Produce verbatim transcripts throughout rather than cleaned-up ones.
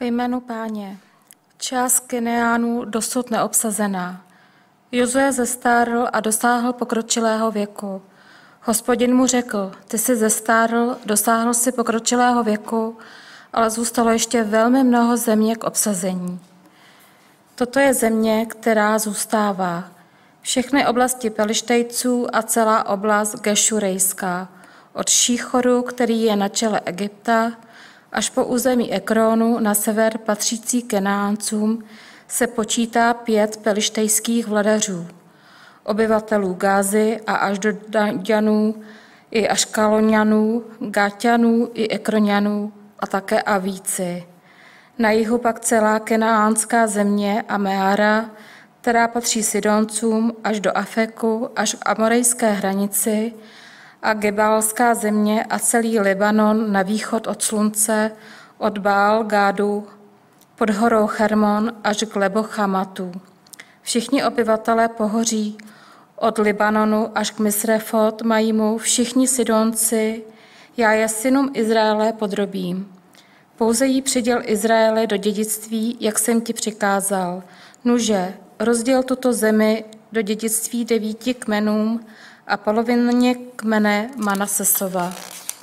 Ve jménu Páně. Část Keneánů dosud neobsazená. Jozue zestárl a dosáhl pokročilého věku. Hospodin mu řekl, ty jsi zestárl, dosáhl si pokročilého věku, ale zůstalo ještě velmi mnoho země k obsazení. Toto je země, která zůstává. Všechny oblasti Pelištejců a celá oblast Gešurejská, od Šíchoru, který je na čele Egypta, až po území Ekronu na sever patřící Kenáncům se počítá pět pelištejských vladařů, obyvatelů Gázy a až do Danďanů i Aškalonianů, Gáťanů i Ekronianů a také Avíci. Na jihu pak celá kenánská země a Meara, která patří Sidoncům až do Afeku, až k amorejské hranici, a Gebalská země a celý Libanon na východ od slunce, od Baal Gádu, pod horou Hermon až k Lebo-Chamatu. Všichni obyvatelé pohoří od Libanonu až k Misrefot mají mu všichni Sidonci, já je synům Izraele podrobím. Pouze jí přiděl Izraele do dědictví, jak jsem ti přikázal. Nuže, rozděl tuto zemi do dědictví devíti kmenům a polovině kmene Manasesova.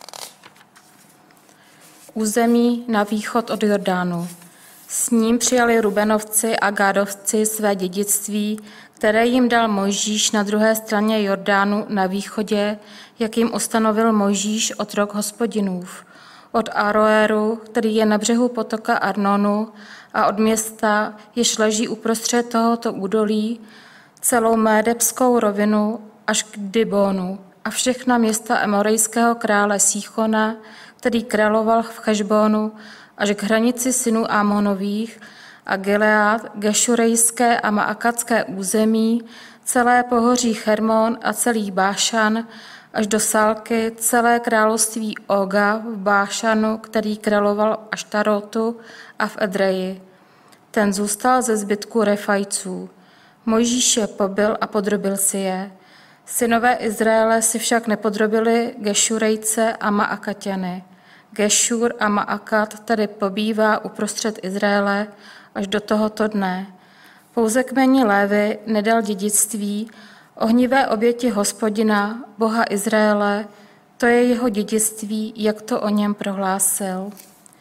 Území na východ od Jordánu. S ním přijali Rubenovci a Gádovci své dědictví, které jim dal Mojžíš na druhé straně Jordánu na východě, jak jim ustanovil Mojžíš otrok Hospodinův. Od Aroéru, který je na břehu potoka Arnonu, a od města, jež leží uprostřed tohoto údolí, celou Médebskou rovinu až k Dibonu a všechna města amorejského krále Síchona, který královal v Chešbonu, až k hranici synů Amonových, a Gilead, gešurejské a maakatské území, celé pohoří Hermon a celý Bášan, až do Salky, celé království Oga v Bášanu, který královal v Aštarotu a v Edreji. Ten zůstal ze zbytku Refajců. Mojžíš je pobyl a podrobil si je. Synové Izraele si však nepodrobili Gešurejce a Maakaťany. Gešur a Maakat tedy pobývá uprostřed Izraele až do tohoto dne. Pouze kmeni Lévy nedal dědictví, ohnivé oběti Hospodina, Boha Izraele, to je jeho dědictví, jak to o něm prohlásil.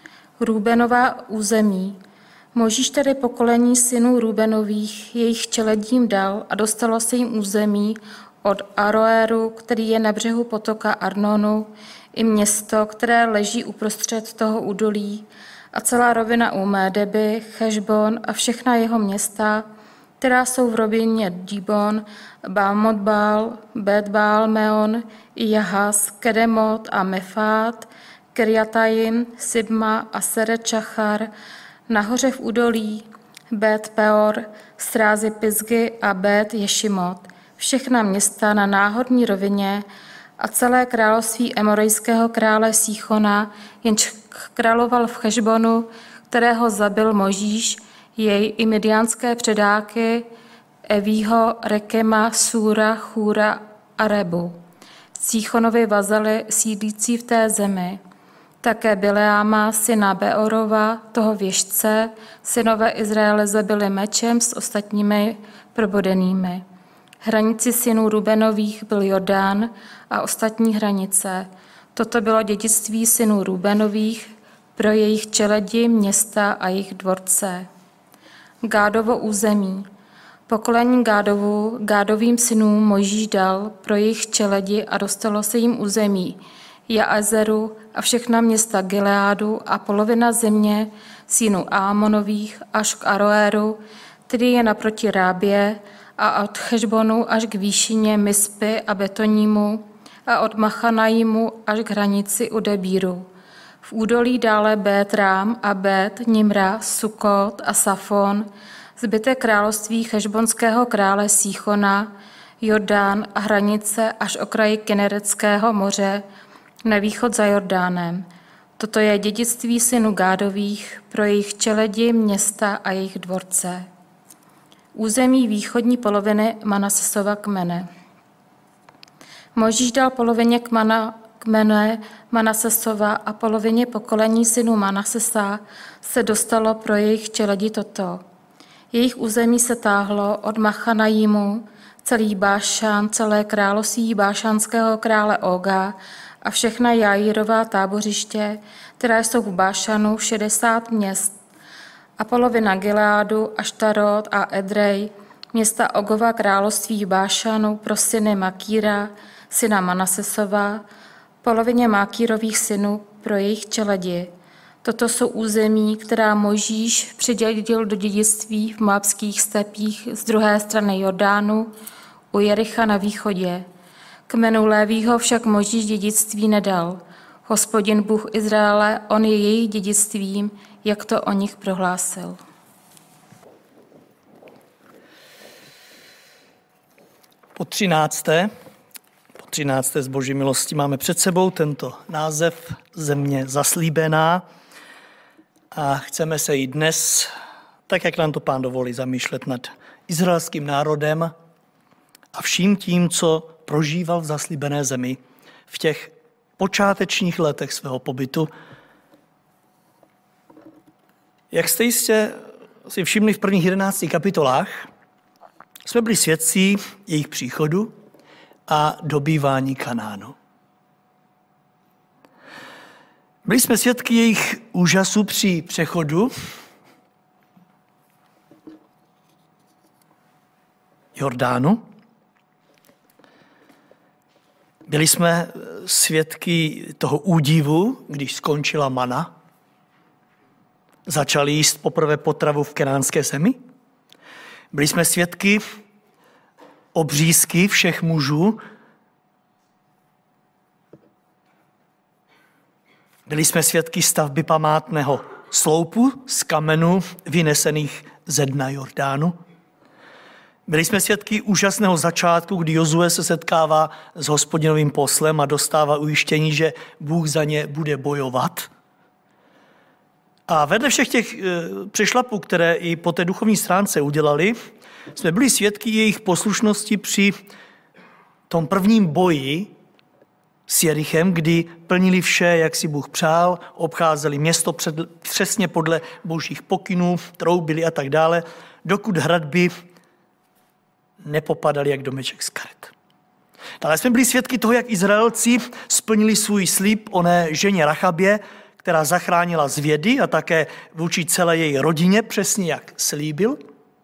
Rúbenová území. Mojžíš tedy pokolení synů Rúbenových jejich čeledím dal a dostalo se jim území od Aroéru, který je na břehu potoka Arnonu, i město, které leží uprostřed toho údolí, a celá rovina u Médeby, Chešbon a všechna jeho města, která jsou v rovině Dibon, Bálmodbál, Betbál Meon, i Jahas, Kedemot a Mefát, Kirjatajim, Sibma a Serečachar, nahoře v údolí Bet Peor, srázy Pisgy a Bet Ješimot, všechna města na náhorní rovině a celé království amorejského krále Síchona, jenž královal v Chešbonu, kterého zabil Mojžíš, jej i midianské předáky Evího, Rekema, Súra, Chúra a Rebu. Síchonovi vazali sídlící v té zemi. Také Bileáma, syna Beorova, toho věžce, synové Izraele zabili mečem s ostatními probodenými. Hranici synů Rubenových byl Jordán a ostatní hranice. Toto bylo dědictví synů Rubenových pro jejich čeledi, města a jejich dvorce. Gádovo území. Pokolení Gádovu, Gádovým synům Mojžíš dal pro jejich čeledi a dostalo se jim území Jaazeru a všechna města Gileádu a polovina země synů Ámonových až k Aroéru, který je naproti Rábě, a od Chešbonu až k výšině Mispy a Betonímu a od Machanajimu až k hranici u Debíru. V údolí dále Bet Rám a Bet Nimra, Sukot a Safon, zbytek království chešbonského krále Síchona, Jordán a hranice až okraji Kinereckého moře na východ za Jordánem. Toto je dědictví synů Gádových pro jejich čeledi, města a jejich dvorce. Území východní poloviny Manasesova kmene. Mojžíš dal polovině kmana kmene Manasesova a polovině pokolení synů Manasesa se dostalo pro jejich čeledi toto. Jejich území se táhlo od Machanajímu, celý Bášan, celé království bášanského krále Óga a všechna Jáírová tábořiště, která jsou v Bášanu, šedesát měst, a polovina Gileádu, Aštarot a Edrej, města Ogova království Bášanu pro syny Makíra, syna Manasesova, polovině Makírových synů pro jejich čeledi. Toto jsou území, která Mojžíš přidělil do dědictví v moabských stepích z druhé strany Jordánu u Jericha na východě. Kmenu Lévího však Mojžíš dědictví nedal. Hospodin Bůh Izraele, on je jejich dědictvím, jak to o nich prohlásil. Po třinácté, po třinácté z Boží milosti máme před sebou tento název Země zaslíbená a chceme se i dnes, tak jak nám to Pán dovolí, zamýšlet nad izraelským národem a vším tím, co prožíval v zaslíbené zemi v těch počátečních letech svého pobytu. Jak jste jistě si všimli v prvních jedenácti kapitolách, jsme byli svědci jejich příchodu a dobývání Kanánu. Byli jsme svědky jejich úžasu při přechodu Jordánu. Byli jsme svědky toho údivu, když skončila mana. Začali jíst poprvé potravu v kenánské zemi. Byli jsme svědky obřízky všech mužů. Byli jsme svědky stavby památného sloupu z kamenů vynesených ze dna Jordánu. Byli jsme svědky úžasného začátku, kdy Jozue se setkává s Hospodinovým poslem a dostává ujištění, že Bůh za ně bude bojovat. A vedle všech těch přešlapů, které i po té duchovní stránce udělali, jsme byli svědky jejich poslušnosti při tom prvním boji s Jerichem, kdy plnili vše, jak si Bůh přál, obcházeli město před, přesně podle božích pokynů, troubili a tak dále, dokud hradby nepopadali jak domeček z karet. Dále jsme byli svědky toho, jak Izraelci splnili svůj slib oné ženě Rachabě, která zachránila z vědy a také vůči celé její rodině, přesně jak slíbil.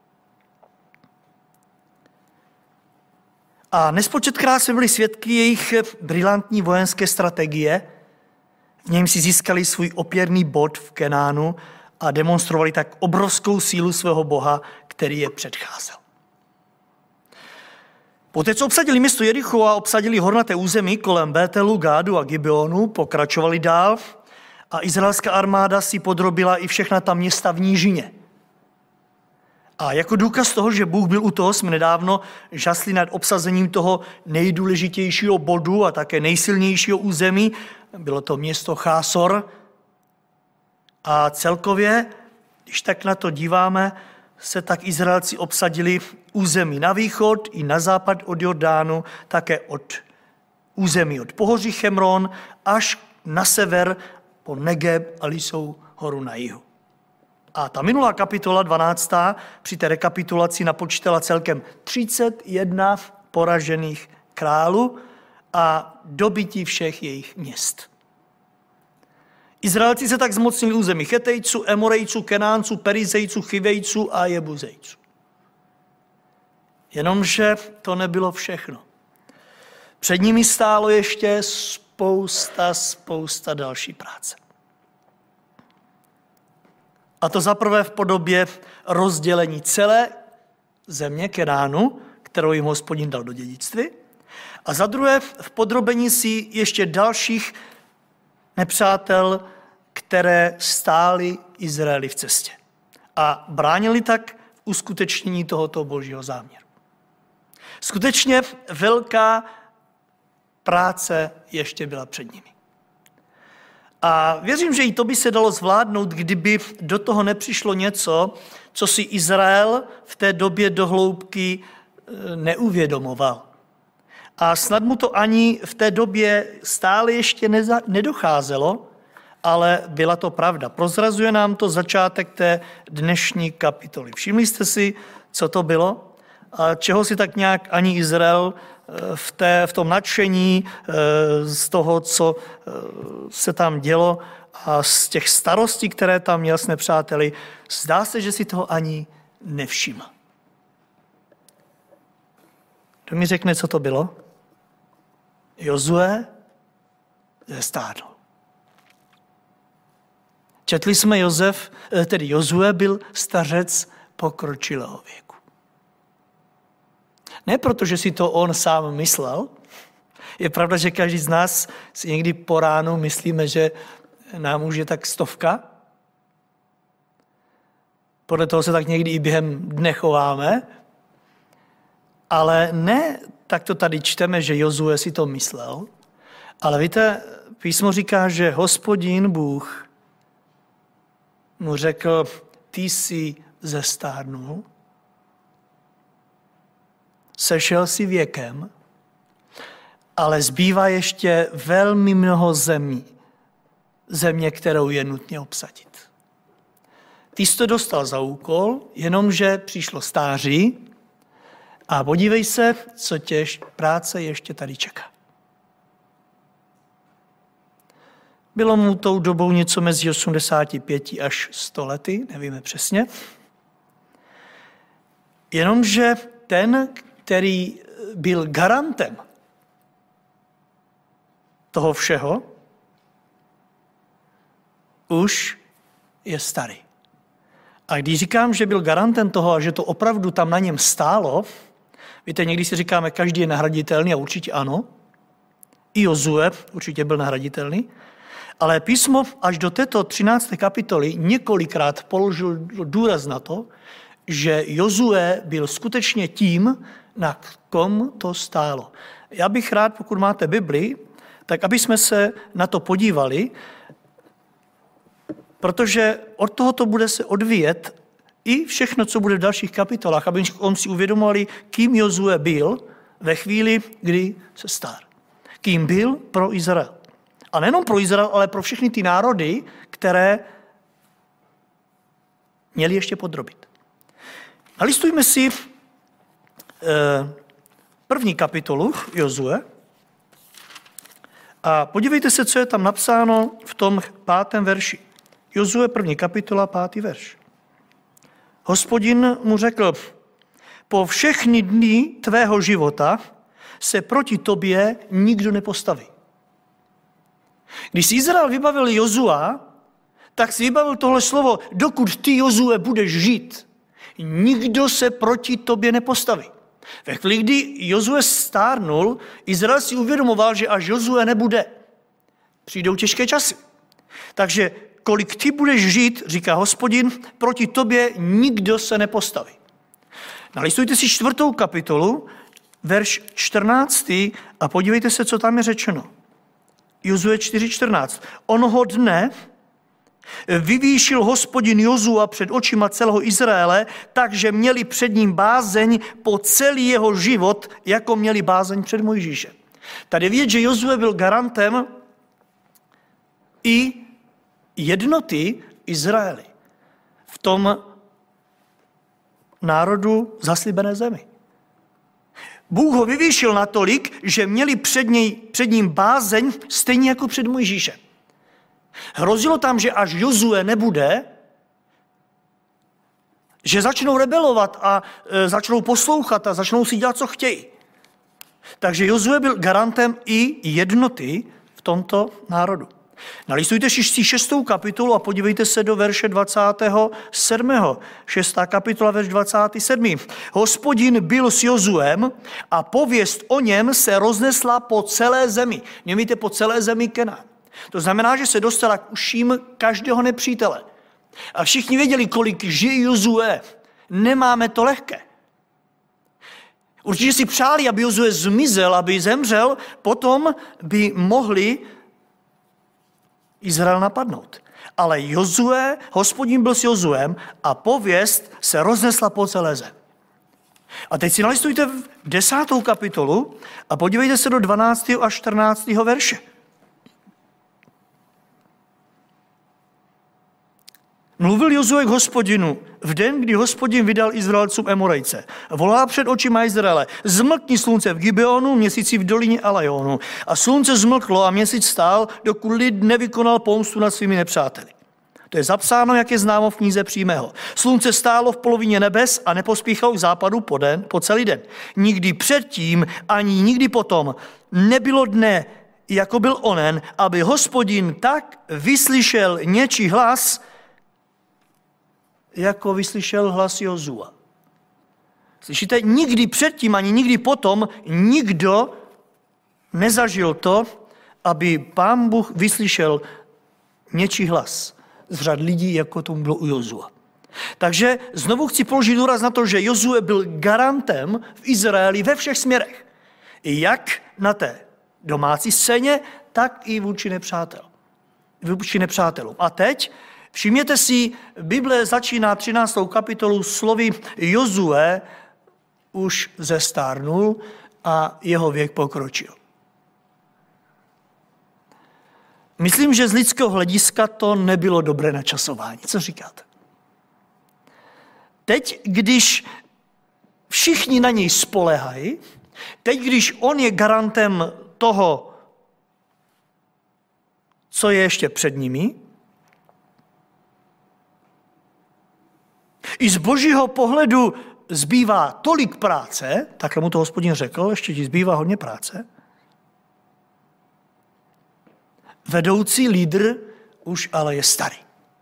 A nespočetkrát jsme byli svědky jejich brilantní vojenské strategie. V něm si získali svůj opěrný bod v Kenánu a demonstrovali tak obrovskou sílu svého Boha, který je předcházel. Poté, co obsadili město Jericho a obsadili hornaté území kolem Bételu, Gádu a Gibeonu, pokračovali dál a izraelská armáda si podrobila i všechna ta města v nížině. A jako důkaz toho, že Bůh byl u toho, jsme nedávno žasli nad obsazením toho nejdůležitějšího bodu a také nejsilnějšího území. Bylo to město Chásor. A celkově, když tak na to díváme, se tak Izraelci obsadili území na východ i na západ od Jordánu, také od území od pohoří Chemron až na sever po Negeb a Lisou horu na jihu. A ta minulá kapitola, dvanáctá, při té rekapitulaci napočítala celkem třicet jedna poražených králů a dobytí všech jejich měst. Izraelci se tak zmocnili území Chetejců, Emorejců, Kenánců, Perizejců, Chivejců a Jebuzejců. Jenomže to nebylo všechno. Před nimi stálo ještě spousta, spousta další práce. A to zaprvé v podobě rozdělení celé země Kenánu, kterou jim Hospodin dal do dědictví, a za druhé v podrobení si ještě dalších nepřátel, které stály Izraeli v cestě a bránili tak v uskutečnění tohoto božího záměru. Skutečně velká práce ještě byla před nimi. A věřím, že i to by se dalo zvládnout, kdyby do toho nepřišlo něco, co si Izrael v té době do hloubky neuvědomoval. A snad mu to ani v té době stále ještě neza, nedocházelo, ale byla to pravda. Prozrazuje nám to začátek té dnešní kapitoly. Všimli jste si, co to bylo? A čeho si tak nějak ani Izrael v, té, v tom nadšení z toho, co se tam dělo a z těch starostí, které tam měl s nepřáteli, zdá se, že si toho ani nevšiml. Kdo mi řekne, co to bylo? Jozue zestárnul. Četli jsme, Jozef, tedy Jozue byl stařec pokročilého věku. Ne proto, že si to on sám myslel. Je pravda, že každý z nás si někdy po ránu myslíme, že nám už je tak stovka. Podle toho se tak někdy i během dne chováme. Ale ne, tak to tady čteme, že Jozue si to myslel. Ale víte, písmo říká, že Hospodin Bůh mu řekl, ty jsi zestárnul, sešel si věkem, ale zbývá ještě velmi mnoho zemí. Země, kterou je nutně obsadit. Ty jsi to dostal za úkol, jenomže přišlo stáří a podívej se, co tě práce ještě tady čeká. Bylo mu tou dobou něco mezi osmdesáti pěti až sto lety, nevíme přesně. Jenomže ten, který byl garantem toho všeho, už je starý. A když říkám, že byl garantem toho a že to opravdu tam na něm stálo, víte, někdy si říkáme, každý je nahraditelný a určitě ano. I Jozue určitě byl nahraditelný. Ale písmo až do této třinácté kapitoly několikrát položil důraz na to, že Jozue byl skutečně tím, na kom to stálo. Já bych rád, pokud máte Bibli, tak aby jsme se na to podívali, protože od tohoto bude se odvíjet i všechno, co bude v dalších kapitolách, abychom si uvědomovali, kým Jozue byl ve chvíli, kdy se stár. Kým byl pro Izrael. A nejenom pro Izrael, ale pro všechny ty národy, které měli ještě podrobit. Nalistujme si první kapitolu Jozue a podívejte se, co je tam napsáno v tom pátém verši. Jozue první kapitola, pátý verš. Hospodin mu řekl, po všechny dny tvého života se proti tobě nikdo nepostaví. Když si Izrael vybavil Jozua, tak si vybavil tohle slovo, dokud ty, Jozue, budeš žít, nikdo se proti tobě nepostaví. Ve chvíli, kdy Jozue stárnul, Izrael si uvědomoval, že až Jozue nebude, přijdou těžké časy. Takže kolik ty budeš žít, říká Hospodin, proti tobě nikdo se nepostaví. Nalistujte si čtvrtou kapitolu, verš čtrnáctý a podívejte se, co tam je řečeno. Jozue čtyři čtrnáct. Onoho dne vyvýšil Hospodin Jozua před očima celého Izraele, takže měli před ním bázeň po celý jeho život, jako měli bázeň před Mojžíšem. Tady vidět, že Jozue byl garantem i jednoty Izraeli v tom národu zaslíbené zemi. Bůh ho vyvýšil natolik, že měli před, něj, před ním bázeň stejně jako před Mojžíšem. Hrozilo tam, že až Jozue nebude, že začnou rebelovat a e, začnou poslouchat a začnou si dělat, co chtějí. Takže Jozue byl garantem i jednoty v tomto národu. Nalistujte si šestou kapitolu a podívejte se do verše dvacátého sedmého Šestá kapitola, verš dvacátý sedmý Hospodin byl s Jozuem a pověst o něm se roznesla po celé zemi. Nevíte, po celé zemi Kenán. To znamená, že se dostala k uším každého nepřítele. A všichni věděli, kolik žije Jozue. Nemáme to lehké. Určitě si přáli, aby Jozue zmizel, aby zemřel, potom by mohli Izrael napadnout. Ale Jozue, Hospodin byl s Jozuem a pověst se roznesla po celé zemi. A teď si nalistujte v desátou kapitolu a podívejte se do dvanáctého až čtrnáctého verše. Mluvil Jozue k Hospodinu v den, kdy Hospodin vydal Izraelcům Emorejce. Volá před očima Izraele: zmlkni slunce v Gibeonu, měsíci v dolině Alajonu. A slunce zmlklo a měsíc stál, dokud lid nevykonal pomstu nad svými nepřáteli. To je zapsáno, jak je známo v knize Přímého. Slunce stálo v polovině nebes a nepospíchalo k západu po, den, po celý den. Nikdy předtím, ani nikdy potom nebylo dne, jako byl onen, aby Hospodin tak vyslyšel něčí hlas, jako vyslyšel hlas Jozua. Slyšíte, nikdy předtím, ani nikdy potom nikdo nezažil to, aby Pán Bůh vyslyšel něčí hlas z řad lidí, jako tomu bylo u Jozua. Takže znovu chci položit důraz na to, že Jozue byl garantem v Izraeli ve všech směrech. Jak na té domácí scéně, tak i vůči nepřátelům. Vůči nepřátelům. A teď všimněte si, Bible začíná třináctou kapitolu slovy: Jozue už zestárnul a jeho věk pokročil. Myslím, že z lidského hlediska to nebylo dobré načasování. Co říkáte? Teď, když všichni na něj spoléhají, teď, když on je garantem toho, co je ještě před nimi, i z božího pohledu zbývá tolik práce, takhle mu to Hospodin řekl, ještě ti zbývá hodně práce, vedoucí lídr už ale je starý.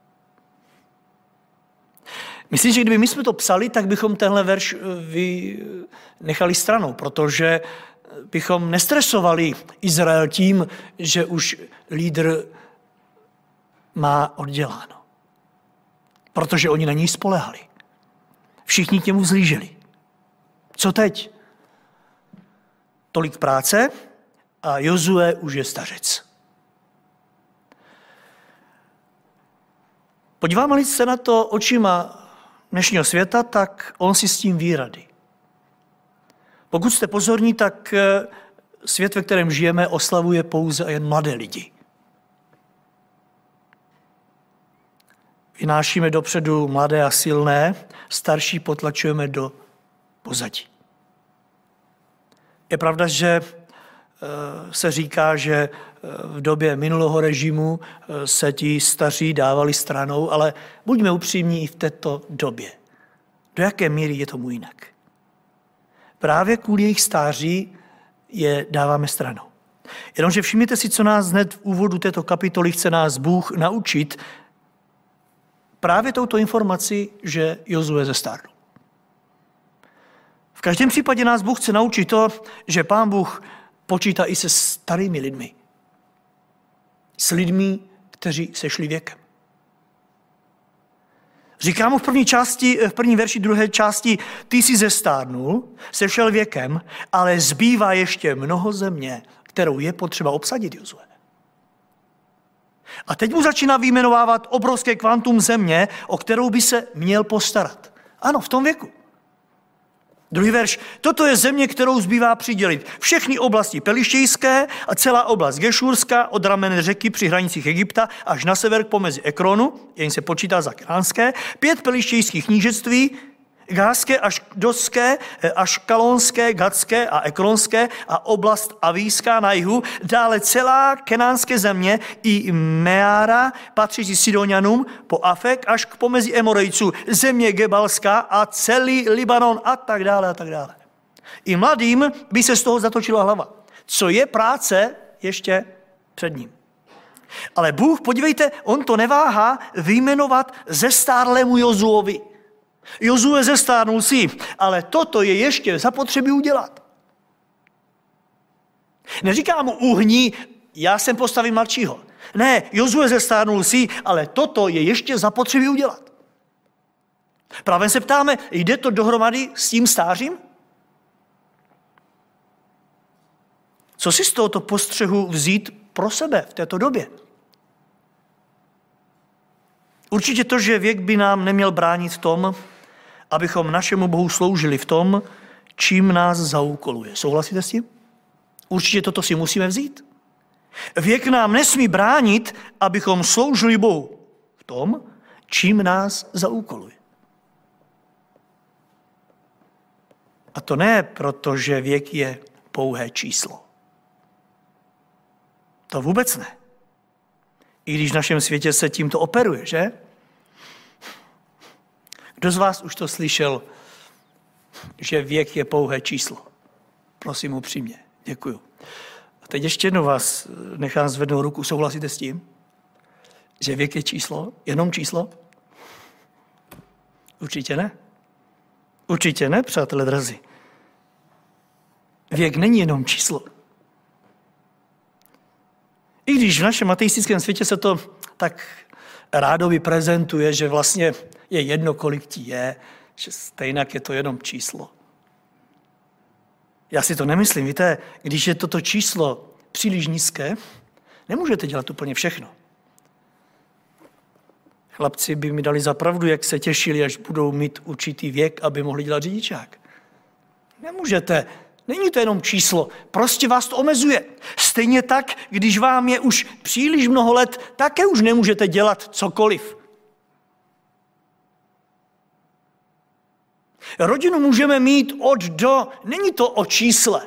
Myslím, že kdyby my jsme to psali, tak bychom tenhle verš nechali stranou, protože bychom nestresovali Izrael tím, že už lídr má odděláno. Protože oni na něj spolehali. Všichni k němu vzlíželi. Co teď? Tolik práce a Jozue už je stařec. Podíváme-li se na to očima dnešního světa, tak on si s tím ví rady. Pokud jste pozorní, tak svět, ve kterém žijeme, oslavuje pouze a jen mladé lidi. Vynášíme dopředu mladé a silné, starší potlačujeme do pozadí. Je pravda, že se říká, že v době minulého režimu se ti staří dávali stranou, ale buďme upřímní i v této době. Do jaké míry je tomu jinak? Právě kvůli jejich stáří je dáváme stranou. Jenomže všimněte si, co nás hned v úvodu této kapitoly chce nás Bůh naučit, právě touto informaci, že Jozue zestárnul. V každém případě nás Bůh chce naučit to, že Pán Bůh počítá i se starými lidmi. S lidmi, kteří sešli věkem. Říká mu v první části, v první verši druhé části: ty jsi zestárnul, sešel věkem, ale zbývá ještě mnoho země, kterou je potřeba obsadit, Jozue. A teď mu začíná vyjmenovávat obrovské kvantum země, o kterou by se měl postarat. Ano, v tom věku. Druhý verš. Toto je země, kterou zbývá přidělit. Všechny oblasti pelištějské a celá oblast Gešurská od ramene řeky při hranicích Egypta až na sever pomezi Ekronu, jen se počítá za Kenánské, pět pelištějských knížectví, Gáské až Doské, až Kalonské, Gatské a Ekronské a oblast Avíská na jihu, dále celá kenánské země i Meára, patřící Sidonianům, po Afek až k pomezi Emorejců, země Gebalská a celý Libanon a tak dále a tak dále. I mladým by se z toho zatočila hlava. Co je práce ještě před ním. Ale Bůh, podívejte, on to neváhá vyjmenovat zestárlému Jozuovi. Jozue zestárnul si, ale toto je ještě zapotřebí udělat. Neříká mu uhni, já jsem postavil mladšího. Ne, Jozue zestárnul si, ale toto je ještě zapotřebí udělat. Právě se ptáme, jde to dohromady s tím stářím? Co si z tohoto postřehu vzít pro sebe v této době? Určitě to, že věk by nám neměl bránit v tom, abychom našemu Bohu sloužili v tom, čím nás zaúkoluje. Souhlasíte s tím? Určitě toto si musíme vzít. Věk nám nesmí bránit, abychom sloužili Bohu v tom, čím nás zaúkoluje. A to ne proto, že věk je pouhé číslo. To vůbec ne. I když v našem světě se tímto operuje, že? Kdo z vás už to slyšel, že věk je pouhé číslo? Prosím upřímně. Děkuju. A teď ještě jednou vás nechám zvednout ruku. Souhlasíte s tím, že věk je číslo? Jenom číslo? Určitě ne. Určitě ne, přátelé drazí. Věk není jenom číslo. I když v našem ateistickém světě se to tak rádoby prezentuje, že vlastně je jedno, kolik ti je, že stejnak je to jenom číslo. Já si to nemyslím. Víte, když je toto číslo příliš nízké, nemůžete dělat úplně všechno. Chlapci by mi dali za pravdu, jak se těšili, až budou mít určitý věk, aby mohli dělat řidičák. Nemůžete. Není to jenom číslo. Prostě vás to omezuje. Stejně tak, když vám je už příliš mnoho let, také už nemůžete dělat cokoliv. Rodinu můžeme mít od do. Není to o čísle.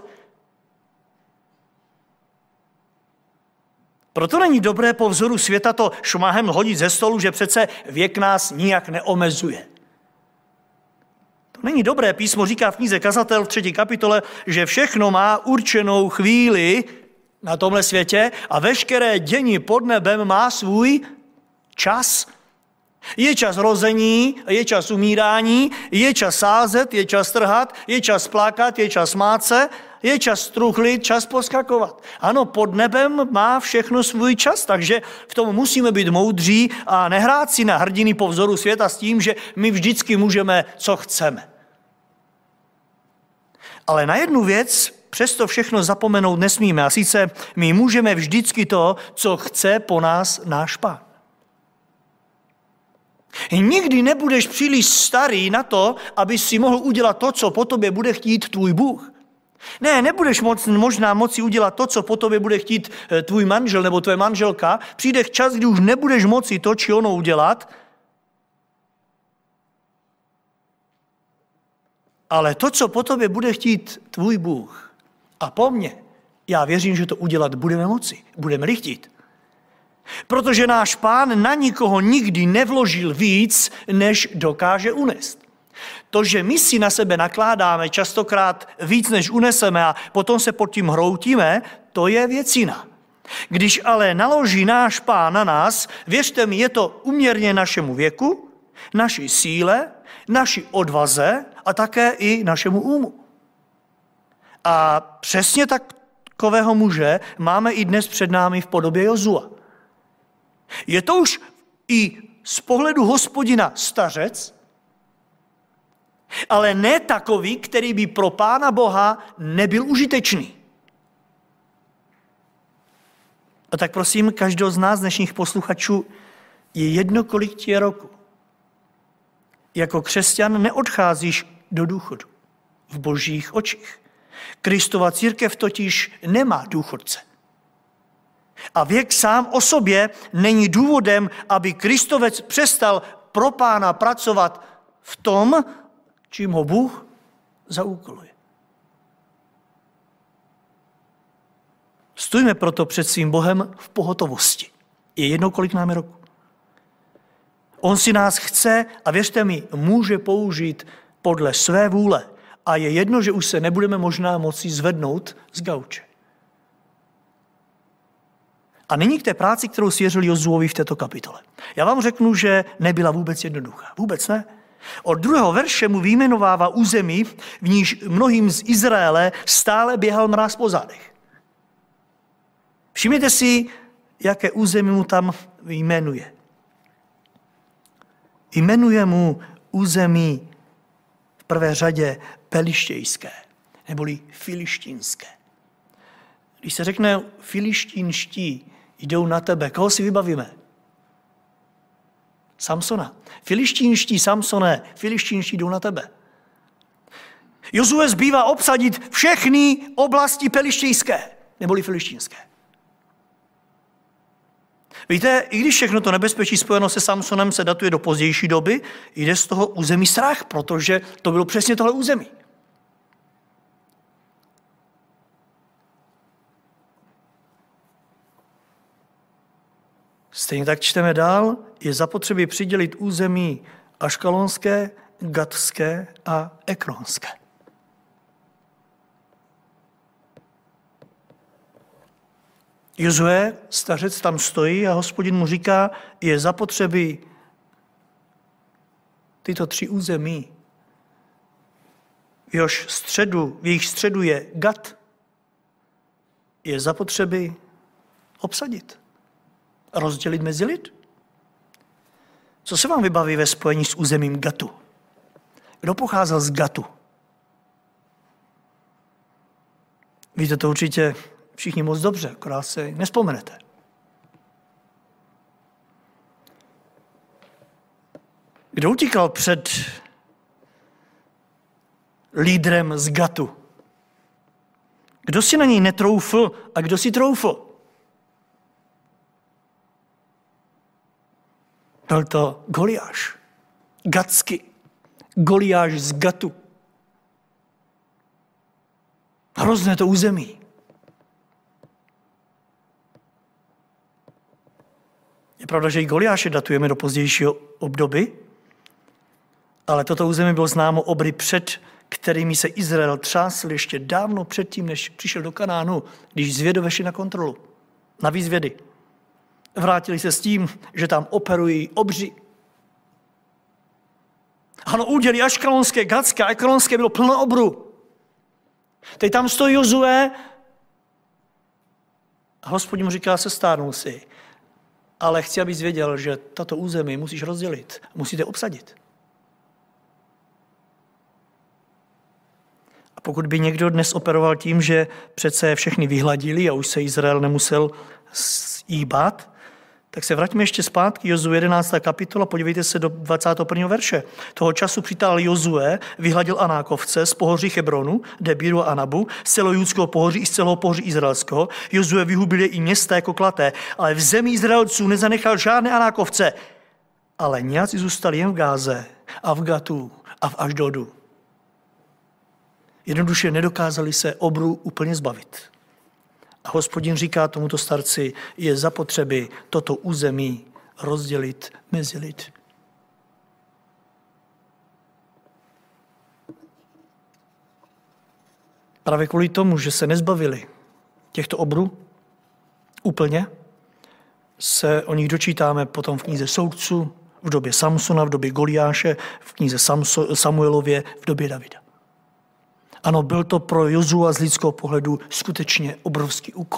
Proto není dobré po vzoru světa to šmahem hodit ze stolu, že přece věk nás nijak neomezuje. To není dobré. Písmo říká v knize Kazatel v třetí kapitole, že všechno má určenou chvíli na tomhle světě a veškeré dění pod nebem má svůj čas. Je čas rození, je čas umírání, je čas sázet, je čas trhat, je čas plákat, je čas smát se, je čas truchlit, čas poskakovat. Ano, pod nebem má všechno svůj čas, takže v tom musíme být moudří a nehrát si na hrdiny po vzoru světa s tím, že my vždycky můžeme, co chceme. Ale na jednu věc přesto všechno zapomenout nesmíme, a sice my můžeme vždycky to, co chce po nás náš Pán. Nikdy nebudeš příliš starý na to, aby si mohl udělat to, co po tobě bude chtít tvůj Bůh. Ne, nebudeš moc, možná moci udělat to, co po tobě bude chtít tvůj manžel nebo tvoje manželka. Přijde čas, kdy už nebudeš moci to či ono udělat. Ale to, co po tobě bude chtít tvůj Bůh a po mně, já věřím, že to udělat budeme moci, budeme-li chtít. Protože náš Pán na nikoho nikdy nevložil víc, než dokáže unést. To, že my si na sebe nakládáme častokrát víc, než uneseme a potom se pod tím hroutíme, to je věcina. Když ale naloží náš Pán na nás, věřte mi, je to uměrně našemu věku, naší síle, naší odvaze a také i našemu úmu. A přesně takového muže máme i dnes před námi v podobě Jozua. Je to už i z pohledu Hospodina stařec, ale ne takový, který by pro Pána Boha nebyl užitečný. A tak prosím, každého z nás, dnešních posluchačů, je jedno, kolik ti je roku. Jako křesťan neodcházíš do důchodu v božích očích. Kristova církev totiž nemá důchodce. A věk sám o sobě není důvodem, aby Kristovec přestal pro Pána pracovat v tom, čím ho Bůh zaúkoluje. Stůjme proto před svým Bohem v pohotovosti. Je jedno, kolik máme roku. On si nás chce a věřte mi, může použít podle své vůle. A je jedno, že už se nebudeme možná moci zvednout z gauče. A nyní k té práci, kterou svěřil Jozuovi v této kapitole. Já vám řeknu, že nebyla vůbec jednoduchá. Vůbec ne. Od druhého verše mu vyjmenovává území, v níž mnohým z Izraele stále běhal mráz po zádech. Všimněte si, jaké území mu tam jmenuje. Jmenuje mu území v prvé řadě pelištějské, neboli filištínské. Když se řekne filištínští jdou na tebe, koho si vybavíme? Samsona. Filištínští Samsoné, filištínští jdou na tebe. Jozue zbývá obsadit všechny oblasti pelištějské, neboli filištínské. Víte, i když všechno to nebezpečí spojeno se Samsonem se datuje do pozdější doby, jde z toho území strach, protože to bylo přesně tohle území. Stejně tak čteme dál, je zapotřebí přidělit území aškalonské, gatské a ekronské. Jozue, stařec, tam stojí a Hospodin mu říká, je zapotřebí tyto tři území. V jehož středu, v jejich středu je Gat, je zapotřebí obsadit. Rozdělit mezi lid. Co se vám vybaví ve spojení s územím Gatu? Kdo pocházel z Gatu? Víte to určitě všichni moc dobře, akorát se nespomenete. Kdo utíkal před lídrem z Gatu? Kdo si na něj netroufl a kdo si troufl? Byl to Goliáš, Gatsky, Goliáš z Gatu. Hrozné to území. Je pravda, že i Goliáše datujeme do pozdějšího období, ale toto území bylo známo obry před, kterými se Izrael třásl ještě dávno předtím, než přišel do Kanánu, když zvědové šli na kontrolu, na výzvědy. Vrátili se s tím, že tam operují obři. Ano, údělí aškalonské, gatské a ekronské bylo plno obru. Teď tam stojí Jozue a Hospodin mu říká, sestárnul si, ale chci, abys věděl, že tato území musíš rozdělit, musíte obsadit. A pokud by někdo dnes operoval tím, že přece všechny vyhladili a už se Izrael nemusel jí bát, tak se vraťme ještě zpátky, Jozue jedenáctá kapitola, podívejte se do dvacátého prvního verše. Toho času přitál Jozue, vyhladil Anákovce z pohoří Hebronu, Debíru a Anabu, z celého judského pohoří i z celého pohoří izraelského. Jozue vyhubil je i města jako klaté, ale v zemi Izraelců nezanechal žádné Anákovce. Ale nějací zůstali jen v Gáze a v Gatu a v Ašdodu. Jednoduše nedokázali se obru úplně zbavit. A Hospodin říká tomuto starci, je zapotřebí toto území rozdělit mezi lid. Právě kvůli tomu, že se nezbavili těchto obrů úplně, se o nich dočítáme potom v knize Soudců, v době Samsona, v době Goliáše, v knize Samuelově, v době Davida. Ano, byl to pro Jozua z lidského pohledu skutečně obrovský úkol.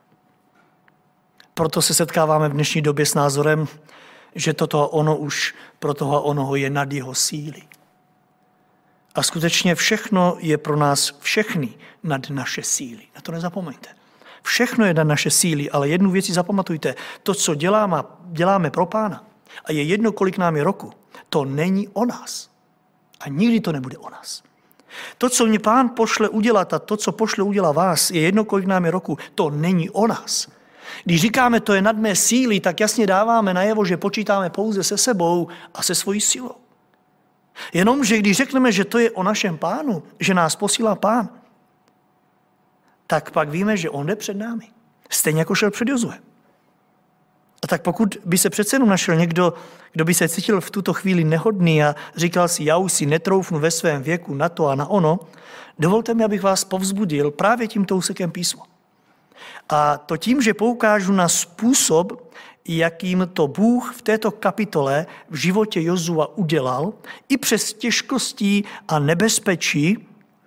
Proto se setkáváme v dnešní době s názorem, že toto a ono už pro toho a onoho je nad jeho síly. A skutečně všechno je pro nás všechny nad naše síly. Na to nezapomeňte. Všechno je nad naše síly, ale jednu věc si zapamatujte. To, co děláme, děláme pro Pána, a je jedno, kolik nám je roku, to není o nás. A nikdy to nebude o nás. To, co mě Pán pošle udělat a to, co pošle udělat vás, je jedno, kolik nám je roku, to není o nás. Když říkáme, to je nad mé síly, tak jasně dáváme najevo, že počítáme pouze se sebou a se svojí silou. Jenomže když řekneme, že to je o našem Pánu, že nás posílá Pán, tak pak víme, že on jde před námi. Stejně jako šel před Jozue. A tak pokud by se přece jenom našel někdo, kdo by se cítil v tuto chvíli nehodný a říkal si, já už si netroufnu ve svém věku na to a na ono, dovolte mi, abych vás povzbudil právě tímto úsekem písma. A to tím, že poukážu na způsob, jakým to Bůh v této kapitole v životě Jozua udělal, i přes těžkosti a nebezpečí,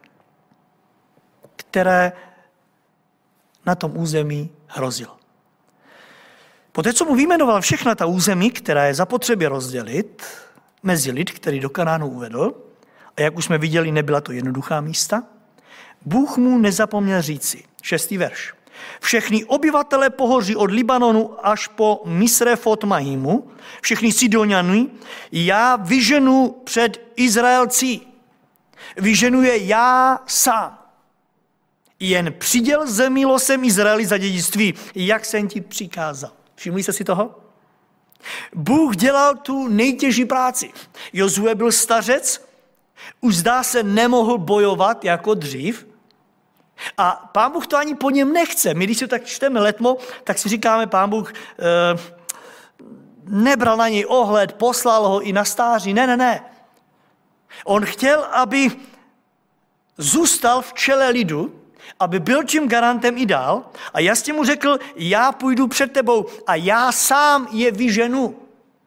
které na tom území hrozil. Poté, co mu vyjmenoval všechna ta území, která je zapotřebí rozdělit mezi lid, který do Kanánu uvedl, a jak už jsme viděli, nebyla to jednoduchá místa, Bůh mu nezapomněl říci, šestý verš, všechny obyvatele pohoří od Libanonu až po Misrefot Mahimu, všechny Sidoniany, já vyženu před Izraelci. vyženuje já sám. Jen přiděl zemi losem Izraeli za dědictví, jak jsem ti přikázal. Všimli jste si toho? Bůh dělal tu nejtěžší práci. Jozue byl stařec, už zdá se nemohl bojovat jako dřív a Pán Bůh to ani po něm nechce. My, když si tak čteme letmo, tak si říkáme, Pán Bůh eh, nebral na něj ohled, poslal ho i na stáří. Ne, ne, ne. On chtěl, aby zůstal v čele lidu, aby byl tím garantem i dál a jasně mu řekl, já půjdu před tebou a já sám je vyženu.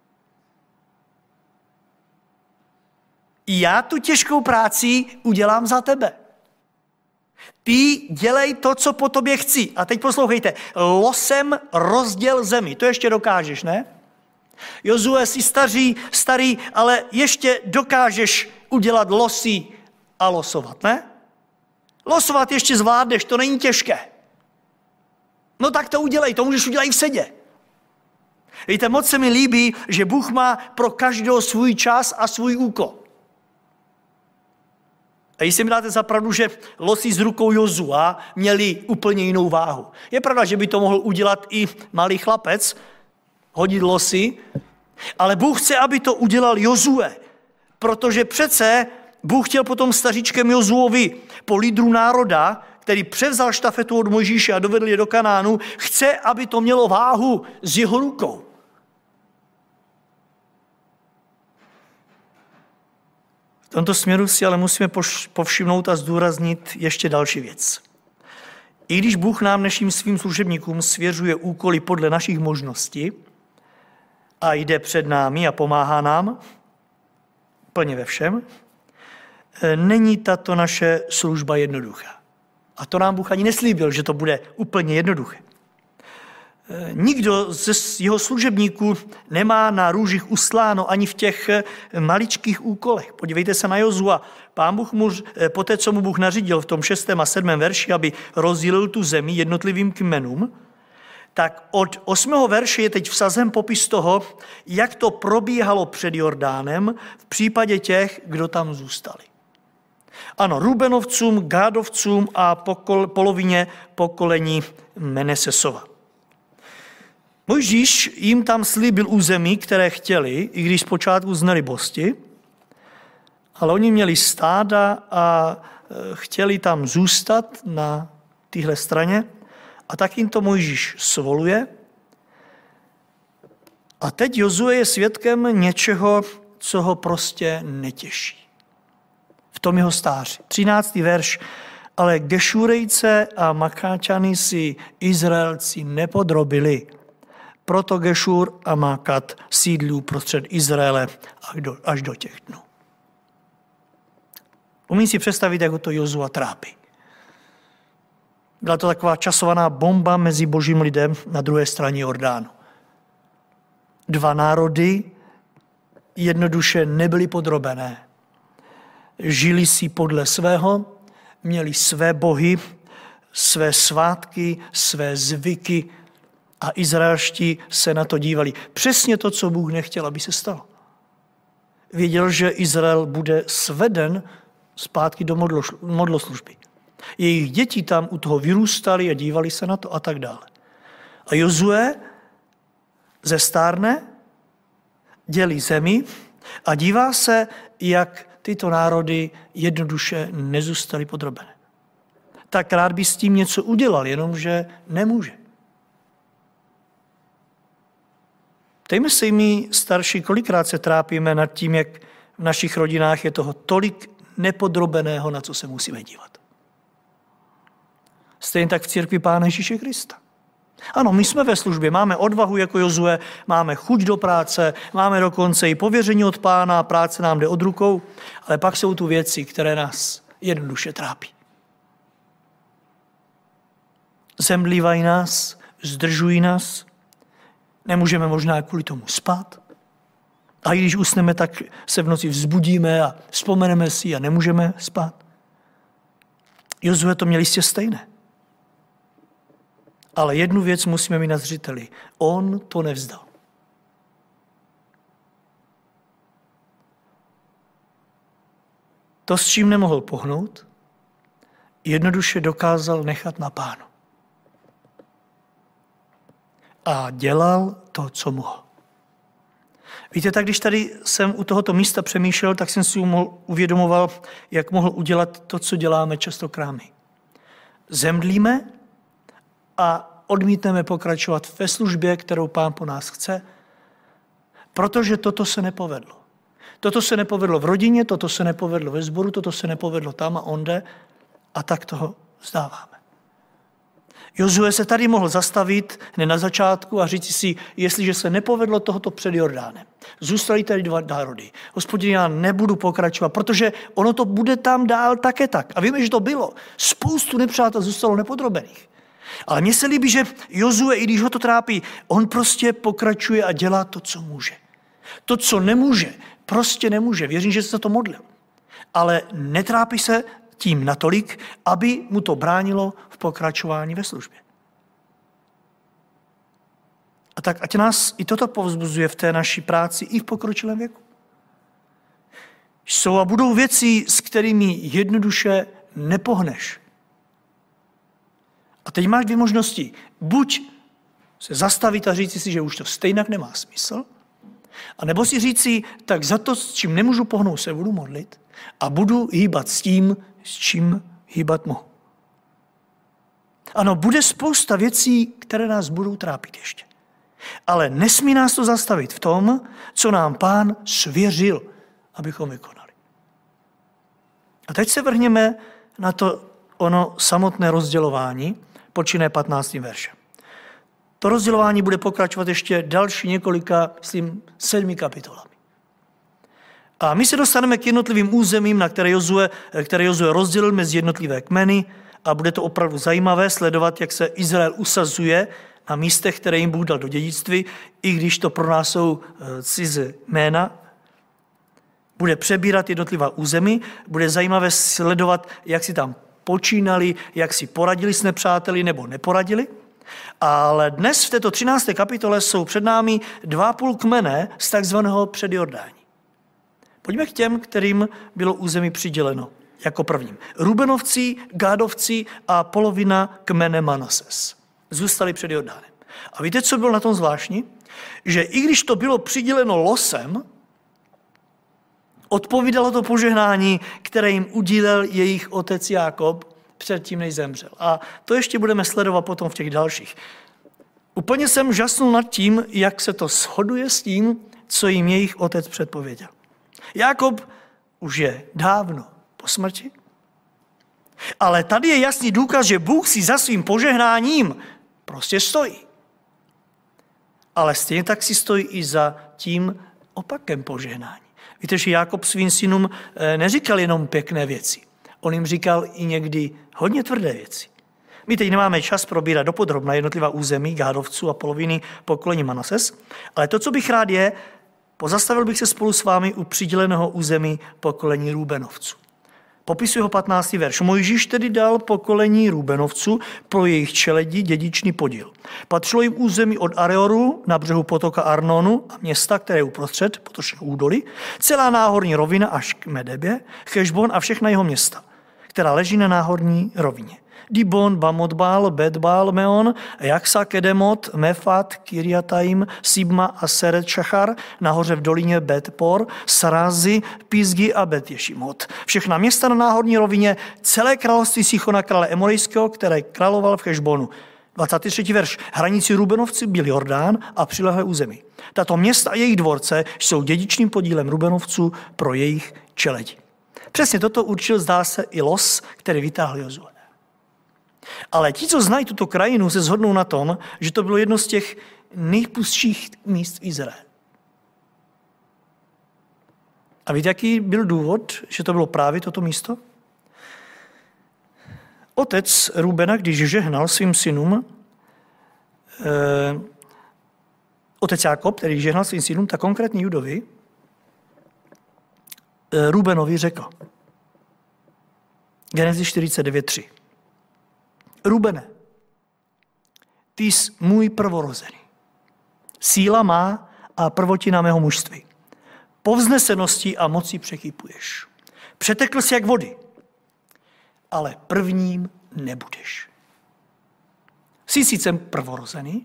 Já tu těžkou práci udělám za tebe. Ty dělej to, co po tobě chci. A teď poslouchejte, losem rozděl zemi. To ještě dokážeš, ne? Jozue, jsi staří, starý, ale ještě dokážeš udělat losy a losovat, ne? Losovat ještě zvládneš, to není těžké. No tak to udělej, to můžeš udělat i v sedě. Víte, moc se mi líbí, že Bůh má pro každého svůj čas a svůj úkol. A jestli mi dáte za pravdu, že losy s rukou Jozua měli úplně jinou váhu. Je pravda, že by to mohl udělat i malý chlapec, hodit losy, ale Bůh chce, aby to udělal Jozue, protože přece Bůh chtěl potom staříčkem Jozuovi po lídru národa, který převzal štafetu od Mojžíše a dovedl je do Kanánu, chce, aby to mělo váhu z jeho rukou. V tomto směru si ale musíme povšimnout a zdůraznit ještě další věc. I když Bůh nám dnešním svým služebníkům svěřuje úkoly podle našich možností a jde před námi a pomáhá nám plně ve všem, není tato naše služba jednoduchá. A to nám Bůh ani neslíbil, že to bude úplně jednoduché. Nikdo z jeho služebníků nemá na růžích usláno ani v těch maličkých úkolech. Podívejte se na Jozua. Pán Bůh mu, poté, co mu Bůh nařídil v tom šestém a sedmém verši, aby rozdělil tu zemi jednotlivým kmenům, tak od osmého verše je teď vsazen popis toho, jak to probíhalo před Jordánem v případě těch, kdo tam zůstali. Ano, Rubenovcům, Gádovcům a pokol, polovině pokolení Menesesova. Mojžíš jim tam slíbil území, které chtěli, i když zpočátku z nelibosti, ale oni měli stáda a chtěli tam zůstat na téhle straně a tak jim to Mojžíš svoluje. A teď Jozue je svědkem něčeho, co ho prostě netěší. V tom jeho stáří. třináctý verš. Ale Gešurejce a Makáčany si Izraelci nepodrobili. Proto Gešur a Mákat sídlí uprostřed Izraele až do, až do těch dnů. Umím si představit, jak ho to Jozua trápí. Byla to taková časovaná bomba mezi božím lidem na druhé straně Jordánu. Dva národy jednoduše nebyly podrobené. Žili si podle svého, měli své bohy, své svátky, své zvyky a izraelští se na to dívali. Přesně to, co Bůh nechtěl, aby se stalo. Věděl, že Izrael bude sveden zpátky do modloslužby. Jejich děti tam u toho vyrůstaly a dívali se na to a tak dále. A Jozue zestárne, dělí zemi a dívá se, jak tyto národy jednoduše nezůstaly podrobené. Tak rád by s tím něco udělal, jenomže nemůže. Ptejme se my starší, kolikrát se trápíme nad tím, jak v našich rodinách je toho tolik nepodrobeného, na co se musíme dívat. Stejně tak v církvi Pána Ježíše Krista. Ano, my jsme ve službě, máme odvahu jako Jozue, máme chuť do práce, máme dokonce i pověření od Pána, práce nám jde od rukou, ale pak jsou tu věci, které nás jednoduše trápí. Zemdlívají nás, zdržují nás, nemůžeme možná kvůli tomu spát. A když usneme, tak se v noci vzbudíme a vzpomeneme si a nemůžeme spát. Jozue to měl jistě stejné. Ale jednu věc musíme mít na zřeteli. On to nevzdal. to, s čím nemohl pohnout, jednoduše dokázal nechat na Pánu. A dělal to, co mohl. Víte, tak když tady jsem u tohoto místa přemýšlel, tak jsem si uvědomoval, jak mohl udělat to, co děláme častokrát my. Zemdlíme a odmítneme pokračovat ve službě, kterou Pán po nás chce, protože toto se nepovedlo. Toto se nepovedlo v rodině, toto se nepovedlo ve sboru, toto se nepovedlo tam a onde a tak toho vzdáváme. Jozue se tady mohl zastavit hned na začátku a říct si, jestliže se nepovedlo tohoto před Jordánem, zůstaly tady dva národy. Hospodine, já nebudu pokračovat, protože ono to bude tam dál také tak. A víme, že to bylo. Spoustu nepřátel zůstalo nepodrobených. Ale mně se líbí, že Jozue, i když ho to trápí, on prostě pokračuje a dělá to, co může. To, co nemůže, prostě nemůže. Věřím, že se za to modlil. Ale netrápí se tím natolik, aby mu to bránilo v pokračování ve službě. A tak ať nás i toto povzbuzuje v té naší práci i v pokročilém věku. Jsou a budou věci, s kterými jednoduše nepohneš. A teď máš dvě možnosti. Buď se zastavit a říct si, že už to stejnak nemá smysl, a nebo si říct si, tak za to, s čím nemůžu pohnout, se budu modlit a budu hýbat s tím, s čím hýbat mohu. Ano, bude spousta věcí, které nás budou trápit ještě. Ale nesmí nás to zastavit v tom, co nám Pán svěřil, abychom vykonali. A teď se vrhněme na to ono samotné rozdělování, počínaje patnáctým veršem. To rozdělování bude pokračovat ještě další několika, myslím, sedmi kapitolami. A my se dostaneme k jednotlivým územím, na které Jozue, které Jozue rozdělil mezi jednotlivé kmeny a bude to opravdu zajímavé sledovat, jak se Izrael usazuje na místech, které jim Bůh dal do dědictví, i když to pro nás jsou cizí jména. Bude přebírat jednotlivá území, bude zajímavé sledovat, jak si tam počínali, jak si poradili s nepřáteli nebo neporadili. Ale dnes v této třinácté kapitole jsou před námi dva půl kmene z takzvaného předjordání. Pojďme k těm, kterým bylo území přiděleno jako prvním. Rubenovci, Gádovci a polovina kmene Manases zůstali před Jordánem. A víte, co bylo na tom zvláštní? Že i když to bylo přiděleno losem, odpovídalo to požehnání, které jim udílel jejich otec Jákob předtím, než zemřel. A to ještě budeme sledovat potom v těch dalších. Úplně jsem žasnul nad tím, jak se to shoduje s tím, co jim jejich otec předpověděl. Jákob už je dávno po smrti, ale tady je jasný důkaz, že Bůh si za svým požehnáním prostě stojí. Ale stejně tak si stojí i za tím opakem požehnání. Víte, že Jákob svým synům neříkal jenom pěkné věci. On jim říkal i někdy hodně tvrdé věci. My teď nemáme čas probírat dopodrobna jednotlivá území Gádovců a poloviny pokolení Manases, ale to, co bych rád je, pozastavil bych se spolu s vámi u přiděleného území pokolení Rúbenovců. Popisuje ho patnáctý verš. Mojžíš tedy dal pokolení Rúbenovců pro jejich čeledi dědičný podíl. Patřilo jim území od Areoru na břehu potoka Arnonu a města, které je uprostřed potočného údolí, celá náhorní rovina až k Medebě, Chešbon a všechna jeho města, která leží na náhorní rovině. Dibon, Bamotbál, Betbál, Meon, Jaksa, Kedemot, Mefat, Kiriataim, Sibma a Seret Šachar, nahoře v dolině Betpor, Sarazy, Pizgi a Bet-Ješimot. Všechna města na náhorní rovině, celé království Sichona, krále Emorejského, které královal v Chešbonu. dvacátý třetí verš. Hranici Rubenovci byl Jordán a přilehlé území. Tato města a jejich dvorce jsou dědičným podílem Rubenovců pro jejich čeledi. Přesně toto určil, zdá se, i los, který vytáhl Jozue. Ale ti, co znají tuto krajinu, se shodnou na tom, že to bylo jedno z těch nejpustších míst v Izraeli. A víte, jaký byl důvod, že to bylo právě toto místo? Otec Rubena, když žehnal svým synům, eh, otec Jákob, který žehnal svým synům, tak konkrétně Judovi, eh, Rubenovi řekl. Genesis čtyřicet devět tři. Rubene, ty jsi můj prvorozený. Síla má a prvotina mého mužství. Povzneseností a mocí překypuješ. Přetekl jsi jak vody, ale prvním nebudeš. Jsi sice prvorozený,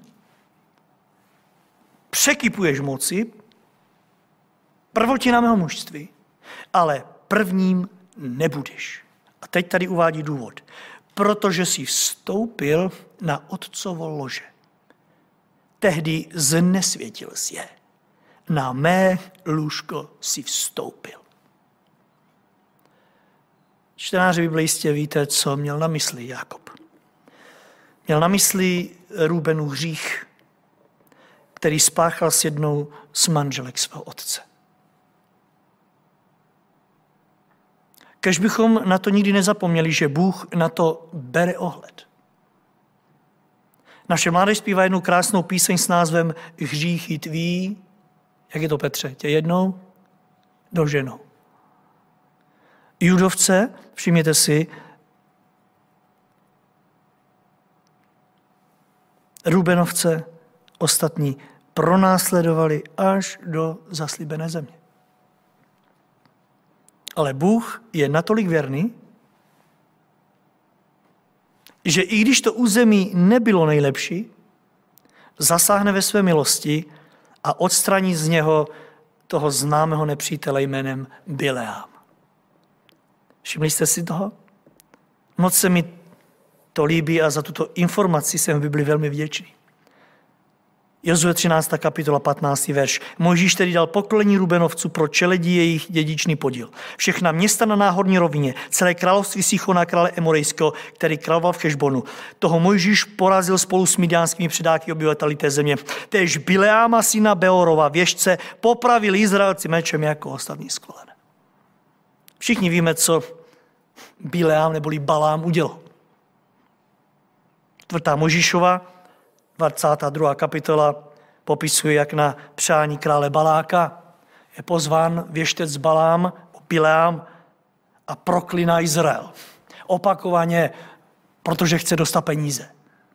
překypuješ moci, prvotina mého mužství, ale prvním nebudeš. A teď tady uvádí důvod. Protože jsi vstoupil na otcovo lože. Tehdy znesvětil jsi je. Na mé lůžko si vstoupil. Čtenáři Bible jistě víte, co měl na mysli Jákob. Měl na mysli Rúbenův hřích, který spáchal s jednou z manželek svého otce. Kež bychom na to nikdy nezapomněli, že Bůh na to bere ohled. Naše mládež zpívá jednu krásnou píseň s názvem Hříchy tví, jak je to, Petře, tě jednou doženou. Judovce, všimněte si, Rúbenovce, ostatní pronásledovali až do zaslíbené země. Ale Bůh je natolik věrný, že i když to území nebylo nejlepší, zasáhne ve své milosti a odstraní z něho toho známého nepřítele jménem Bileám. Všimli jste si toho? Moc se mi to líbí a za tuto informaci jsem v Bibli velmi vděčný. Jozue třináctá kapitola patnáctý verš. Mojžíš tedy dal pokolení Rubenovců pro čeledí jejich dědičný podíl. Všechna města na náhorní rovině, celé království Sichona, krále Emorejského, který královal v Hešbonu. Toho Mojžíš porazil spolu s midiánskými předáky obyvateli té země. Též Bileáma syna Beorova, věštce, popravili Izraelci mečem jako ostatní skolené. Všichni víme, co Bileám neboli Balám udělal. Čtvrtá Mojžíšova, dvacátá druhá kapitola, popisuje, jak na přání krále Baláka je pozván věštec Balám, Bileám, a proklíná Izrael. Opakovaně, protože chce dostat peníze.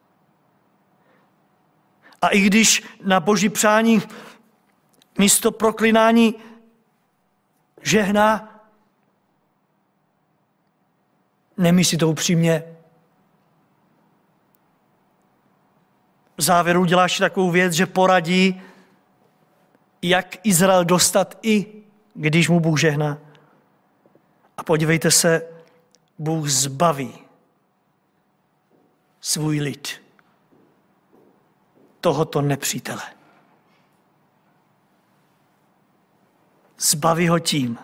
A i když na boží přání místo proklinání žehná, nemyslí to upřímně. V závěru uděláš takovou věc, že poradí, jak Izrael dostat, i když mu Bůh žehná. A podívejte se, Bůh zbaví svůj lid tohoto nepřítele. Zbaví ho tím,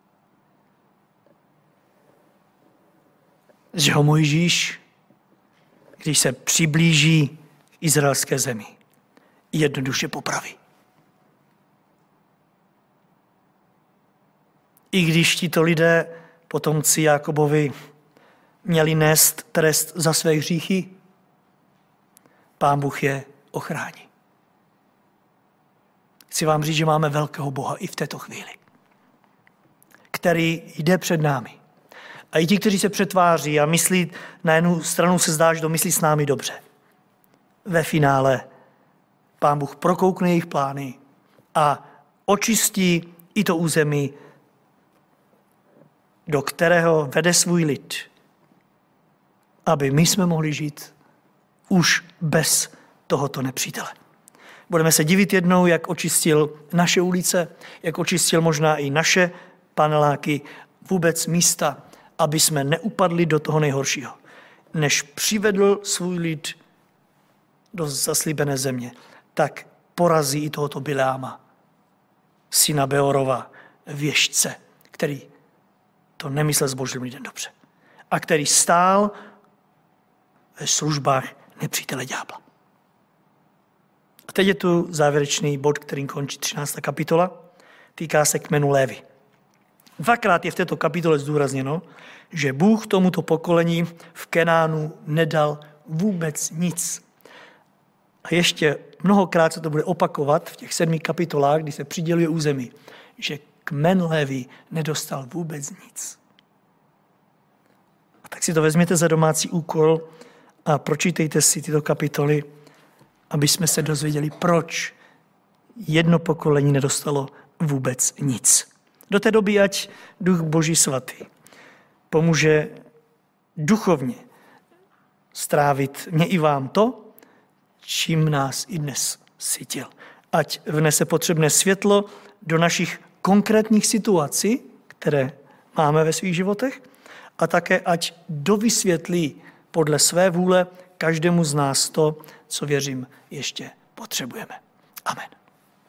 že ho Mojžíš, když se přiblíží k izraelské zemi, jednoduše popraví. I když tito lidé, potomci Jákobovi, měli nést trest za své hříchy, Pán Bůh je ochrání. Chci vám říct, že máme velkého Boha i v této chvíli, který jde před námi. A i ti, kteří se přetváří a myslí, na jednu stranu se zdá, že to myslí s námi dobře. Ve finále Pán Bůh prokoukne jejich plány a očistí i to území, do kterého vede svůj lid, aby my jsme mohli žít už bez tohoto nepřítele. Budeme se divit jednou, jak očistil naše ulice, jak očistil možná i naše paneláky, vůbec místa, aby jsme neupadli do toho nejhoršího. Než přivedl svůj lid do zaslíbené země, tak porazí i tohoto Bileáma, syna Beorova, věštce, který to nemyslel s božím lidem dobře a který stál ve službách nepřítele ďábla. A teď je tu závěrečný bod, kterým končí třináctá kapitola, týká se kmenu Lévy. Dvakrát je v této kapitole zdůrazněno, že Bůh tomuto pokolení v Kenánu nedal vůbec nic. A ještě mnohokrát se to bude opakovat v těch sedmi kapitolách, kdy se přiděluje území, že kmen Lévy nedostal vůbec nic. A tak si to vezměte za domácí úkol a pročítejte si tyto kapitoly, aby jsme se dozvěděli, proč jedno pokolení nedostalo vůbec nic. Do té doby ať Duch Boží svatý pomůže duchovně strávit mě i vám to, čím nás i dnes sytil. Ať vnese potřebné světlo do našich konkrétních situací, které máme ve svých životech, a také ať dovysvětlí podle své vůle každému z nás to, co věřím ještě potřebujeme. Amen.